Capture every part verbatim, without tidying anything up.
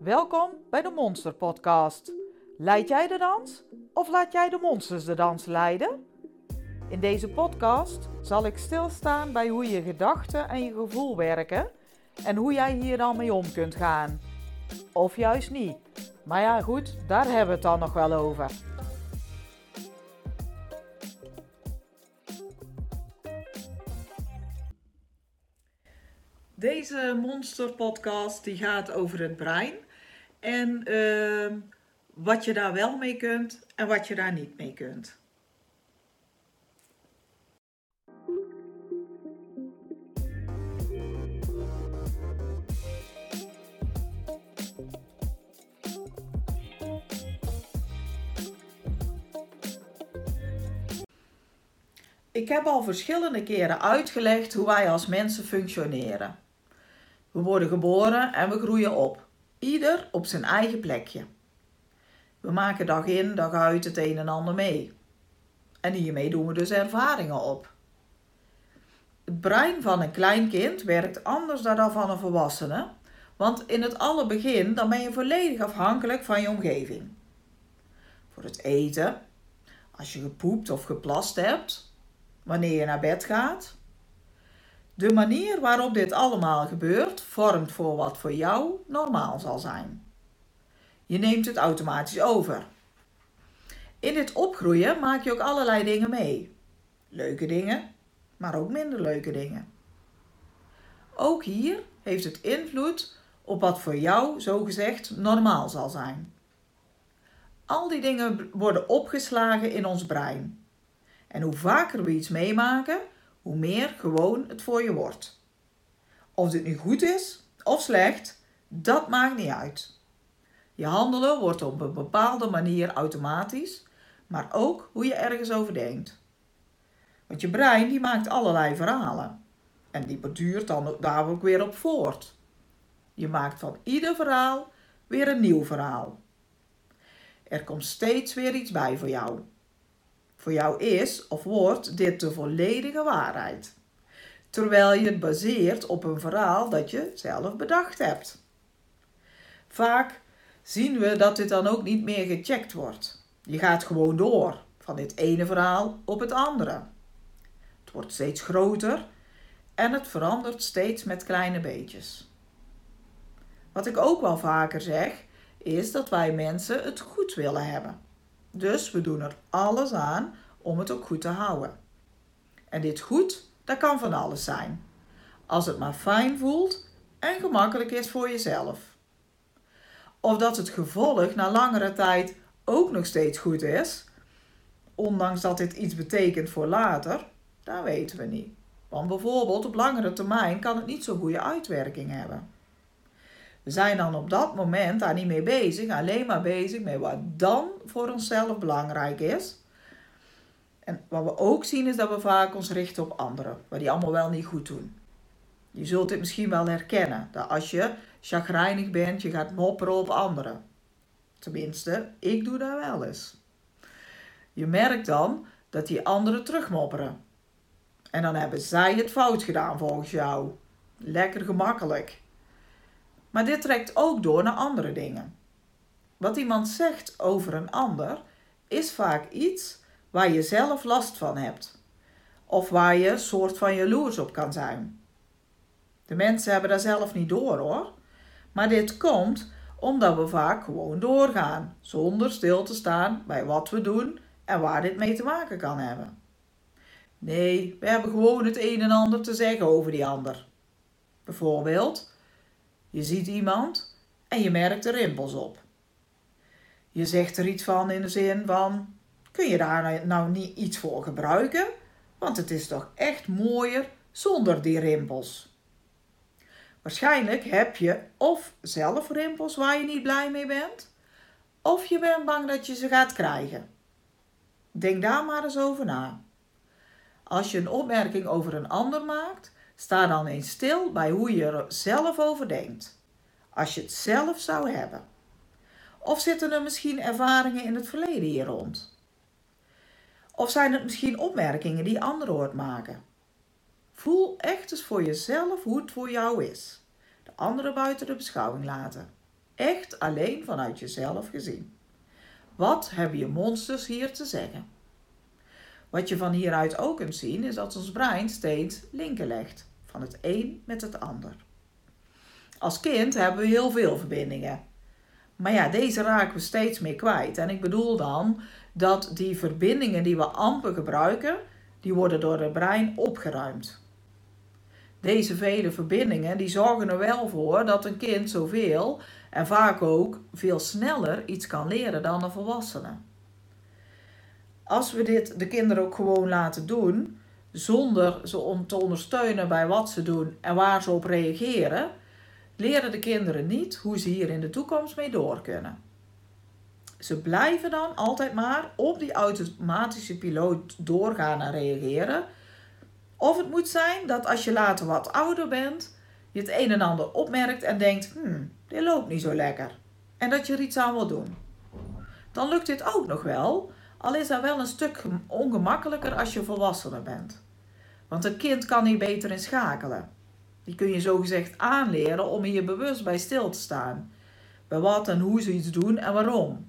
Welkom bij de Monster Podcast. Leid jij de dans of laat jij de monsters de dans leiden? In deze podcast zal ik stilstaan bij hoe je gedachten en je gevoel werken en hoe jij hier dan mee om kunt gaan. Of juist niet. Maar ja goed, daar hebben we het dan nog wel over. Deze Monster Podcast die gaat over het brein en uh, wat je daar wel mee kunt en wat je daar niet mee kunt. Ik heb al verschillende keren uitgelegd hoe wij als mensen functioneren. We worden geboren en we groeien op. Ieder op zijn eigen plekje. We maken dag in, dag uit het een en ander mee. En hiermee doen we dus ervaringen op. Het brein van een klein kind werkt anders dan dat van een volwassene. Want in het allerbegin dan ben je volledig afhankelijk van je omgeving. Voor het eten, als je gepoept of geplast hebt, wanneer je naar bed gaat. De manier waarop dit allemaal gebeurt, vormt voor wat voor jou normaal zal zijn. Je neemt het automatisch over. In dit opgroeien maak je ook allerlei dingen mee. Leuke dingen, maar ook minder leuke dingen. Ook hier heeft het invloed op wat voor jou zogezegd normaal zal zijn. Al die dingen worden opgeslagen in ons brein. En hoe vaker we iets meemaken, hoe meer gewoon het voor je wordt. Of dit nu goed is of slecht, dat maakt niet uit. Je handelen wordt op een bepaalde manier automatisch, maar ook hoe je ergens over denkt. Want je brein die maakt allerlei verhalen. En die borduurt dan daar ook weer op voort. Je maakt van ieder verhaal weer een nieuw verhaal. Er komt steeds weer iets bij voor jou. Voor jou is of wordt dit de volledige waarheid. Terwijl je het baseert op een verhaal dat je zelf bedacht hebt. Vaak zien we dat dit dan ook niet meer gecheckt wordt. Je gaat gewoon door, van dit ene verhaal op het andere. Het wordt steeds groter en het verandert steeds met kleine beetjes. Wat ik ook wel vaker zeg, is dat wij mensen het goed willen hebben. Dus we doen er alles aan om het ook goed te houden. En dit goed, dat kan van alles zijn. Als het maar fijn voelt en gemakkelijk is voor jezelf. Of dat het gevolg na langere tijd ook nog steeds goed is, ondanks dat dit iets betekent voor later, dat weten we niet. Want bijvoorbeeld op langere termijn kan het niet zo'n goede uitwerking hebben. We zijn dan op dat moment daar niet mee bezig, alleen maar bezig met wat dan voor onszelf belangrijk is. En wat we ook zien is dat we vaak ons richten op anderen, wat die allemaal wel niet goed doen. Je zult dit misschien wel herkennen, dat als je chagrijnig bent, je gaat mopperen op anderen. Tenminste, ik doe dat wel eens. Je merkt dan dat die anderen terugmopperen. En dan hebben zij het fout gedaan volgens jou. Lekker gemakkelijk. Maar dit trekt ook door naar andere dingen. Wat iemand zegt over een ander is vaak iets waar je zelf last van hebt. Of waar je een soort van jaloers op kan zijn. De mensen hebben dat zelf niet door hoor. Maar dit komt omdat we vaak gewoon doorgaan. Zonder stil te staan bij wat we doen en waar dit mee te maken kan hebben. Nee, we hebben gewoon het een en ander te zeggen over die ander. Bijvoorbeeld, je ziet iemand en je merkt er rimpels op. Je zegt er iets van in de zin van, kun je daar nou niet iets voor gebruiken? Want het is toch echt mooier zonder die rimpels. Waarschijnlijk heb je of zelf rimpels waar je niet blij mee bent, of je bent bang dat je ze gaat krijgen. Denk daar maar eens over na. Als je een opmerking over een ander maakt, sta dan eens stil bij hoe je er zelf over denkt. Als je het zelf zou hebben. Of zitten er misschien ervaringen in het verleden hier rond? Of zijn het misschien opmerkingen die anderen hoort maken? Voel echt eens voor jezelf hoe het voor jou is. De anderen buiten de beschouwing laten. echt alleen vanuit jezelf gezien. Wat hebben je monsters hier te zeggen? Wat je van hieruit ook kunt zien is dat ons brein steeds linken legt, van het een met het ander. Als kind hebben we heel veel verbindingen. Maar ja, deze raken we steeds meer kwijt. En ik bedoel dan dat die verbindingen die we amper gebruiken, die worden door het brein opgeruimd. Deze vele verbindingen die zorgen er wel voor dat een kind zoveel en vaak ook veel sneller iets kan leren dan een volwassene. Als we dit de kinderen ook gewoon laten doen, zonder ze te ondersteunen bij wat ze doen en waar ze op reageren, leren de kinderen niet hoe ze hier in de toekomst mee door kunnen. Ze blijven dan altijd maar op die automatische piloot doorgaan en reageren. Of het moet zijn dat als je later wat ouder bent, je het een en ander opmerkt en denkt, hmm, dit loopt niet zo lekker. En dat je er iets aan wil doen. Dan lukt dit ook nog wel, al is dat wel een stuk ongemakkelijker als je volwassene bent. Want een kind kan hier beter in schakelen. Die kun je zogezegd aanleren om hier bewust bij stil te staan. Bij wat en hoe ze iets doen en waarom.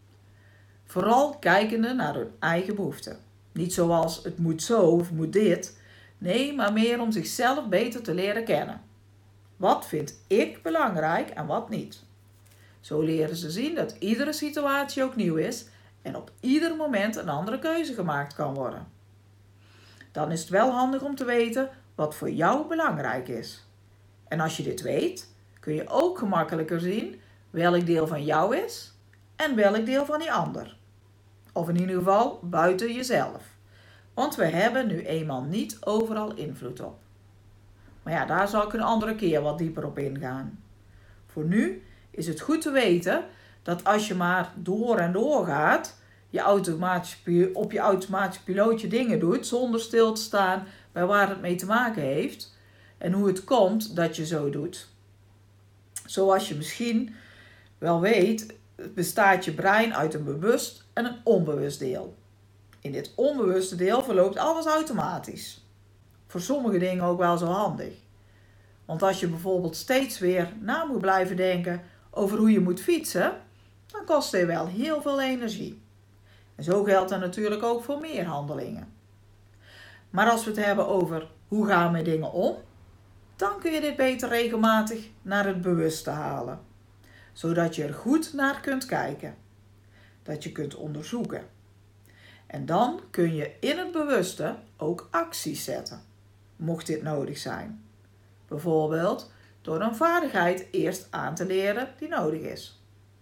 Vooral kijkende naar hun eigen behoeften. Niet zoals het moet zo of moet dit. Nee, maar meer om zichzelf beter te leren kennen. Wat vind ik belangrijk en wat niet? Zo leren ze zien dat iedere situatie ook nieuw is en op ieder moment een andere keuze gemaakt kan worden. Dan is het wel handig om te weten wat voor jou belangrijk is. En als je dit weet, kun je ook gemakkelijker zien welk deel van jou is en welk deel van die ander. Of in ieder geval buiten jezelf. Want we hebben nu eenmaal niet overal invloed op. Maar ja, daar zal ik een andere keer wat dieper op ingaan. Voor nu is het goed te weten dat als je maar door en door gaat, je automatisch, op je automatisch pilootje dingen doet, zonder stil te staan bij waar het mee te maken heeft en hoe het komt dat je zo doet. Zoals je misschien wel weet, bestaat je brein uit een bewust en een onbewust deel. In dit onbewuste deel verloopt alles automatisch. Voor sommige dingen ook wel zo handig. Want als je bijvoorbeeld steeds weer na moet blijven denken over hoe je moet fietsen, dan kost dit wel heel veel energie. En zo geldt dat natuurlijk ook voor meer handelingen. Maar als we het hebben over hoe gaan we met dingen om, dan kun je dit beter regelmatig naar het bewuste halen. Zodat je er goed naar kunt kijken. Dat je kunt onderzoeken. En dan kun je in het bewuste ook acties zetten, mocht dit nodig zijn. Bijvoorbeeld door een vaardigheid eerst aan te leren die nodig is.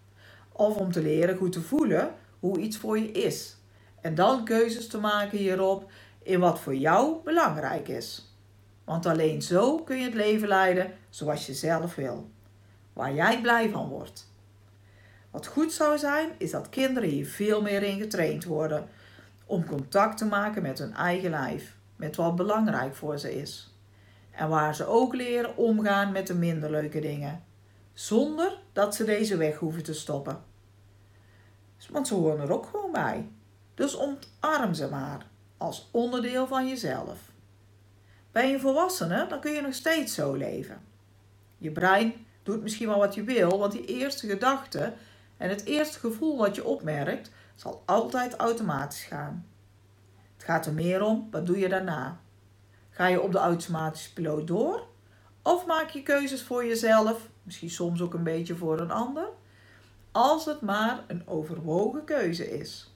Of om te leren goed te voelen hoe iets voor je is. En dan keuzes te maken hierop in wat voor jou belangrijk is. Want alleen zo kun je het leven leiden zoals je zelf wil. Waar jij blij van wordt. Wat goed zou zijn is dat kinderen hier veel meer in getraind worden. Om contact te maken met hun eigen lijf. Met wat belangrijk voor ze is. En waar ze ook leren omgaan met de minder leuke dingen. Zonder dat ze deze weg hoeven te stoppen. Want ze horen er ook gewoon bij. Dus omarm ze maar. Als onderdeel van jezelf. Ben je volwassene, dan kun je nog steeds zo leven. Je brein doet misschien wel wat je wil. Want die eerste gedachte en het eerste gevoel wat je opmerkt, zal altijd automatisch gaan. Het gaat er meer om, wat doe je daarna? Ga je op de automatische piloot door? Of maak je keuzes voor jezelf, misschien soms ook een beetje voor een ander, als het maar een overwogen keuze is.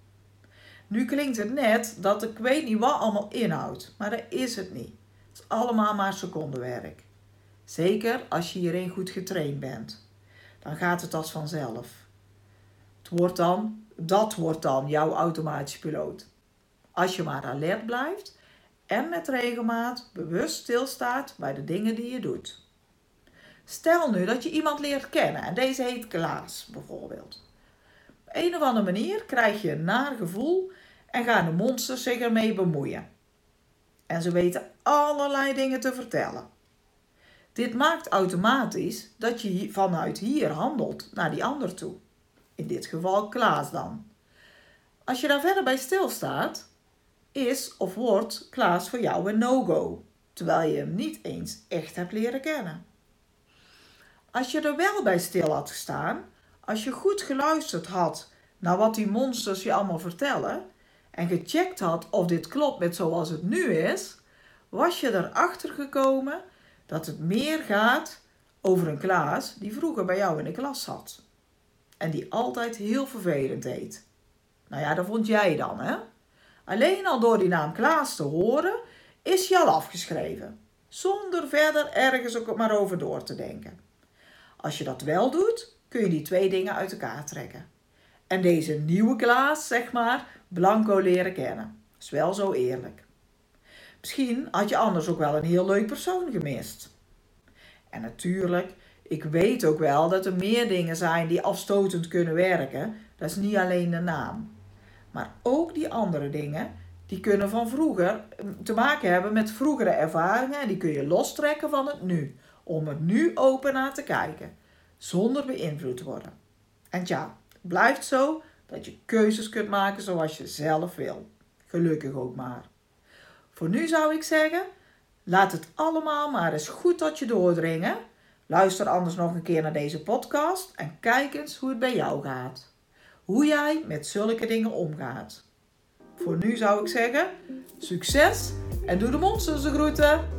Nu klinkt het net dat ik weet niet wat allemaal inhoudt, maar dat is het niet. Het is allemaal maar secondenwerk. Zeker als je hierin goed getraind bent. Dan gaat het als vanzelf. Het wordt dan, dat wordt dan jouw automatische piloot. Als je maar alert blijft en met regelmaat bewust stilstaat bij de dingen die je doet. Stel nu dat je iemand leert kennen en deze heet Klaas bijvoorbeeld. Op een of andere manier krijg je een naar gevoel en gaan de monsters zich ermee bemoeien. En ze weten allerlei dingen te vertellen. Dit maakt automatisch dat je vanuit hier handelt naar die ander toe. In dit geval Klaas dan. Als je daar verder bij stilstaat, is of wordt Klaas voor jou een no-go, terwijl je hem niet eens echt hebt leren kennen. Als je er wel bij stil had gestaan, als je goed geluisterd had naar wat die monsters je allemaal vertellen en gecheckt had of dit klopt met zoals het nu is, was je erachter gekomen dat het meer gaat over een Klaas die vroeger bij jou in de klas zat. En die altijd heel vervelend deed. Nou ja, dat vond jij dan, hè? Alleen al door die naam Klaas te horen, is je al afgeschreven. Zonder verder ergens ook maar over door te denken. Als je dat wel doet, kun je die twee dingen uit elkaar trekken. En deze nieuwe Klaas, zeg maar, blanco leren kennen. Is wel zo eerlijk. Misschien had je anders ook wel een heel leuk persoon gemist. En natuurlijk, ik weet ook wel dat er meer dingen zijn die afstotend kunnen werken. Dat is niet alleen de naam. Maar ook die andere dingen, die kunnen van vroeger te maken hebben met vroegere ervaringen. En die kun je lostrekken van het nu. Om er nu open naar te kijken. Zonder beïnvloed te worden. En tja, het blijft zo dat je keuzes kunt maken zoals je zelf wil. Gelukkig ook maar. Voor nu zou ik zeggen, laat het allemaal maar eens goed tot je doordringen. Luister anders nog een keer naar deze podcast en kijk eens hoe het bij jou gaat. Hoe jij met zulke dingen omgaat. Voor nu zou ik zeggen, succes en doe de monsters de groeten!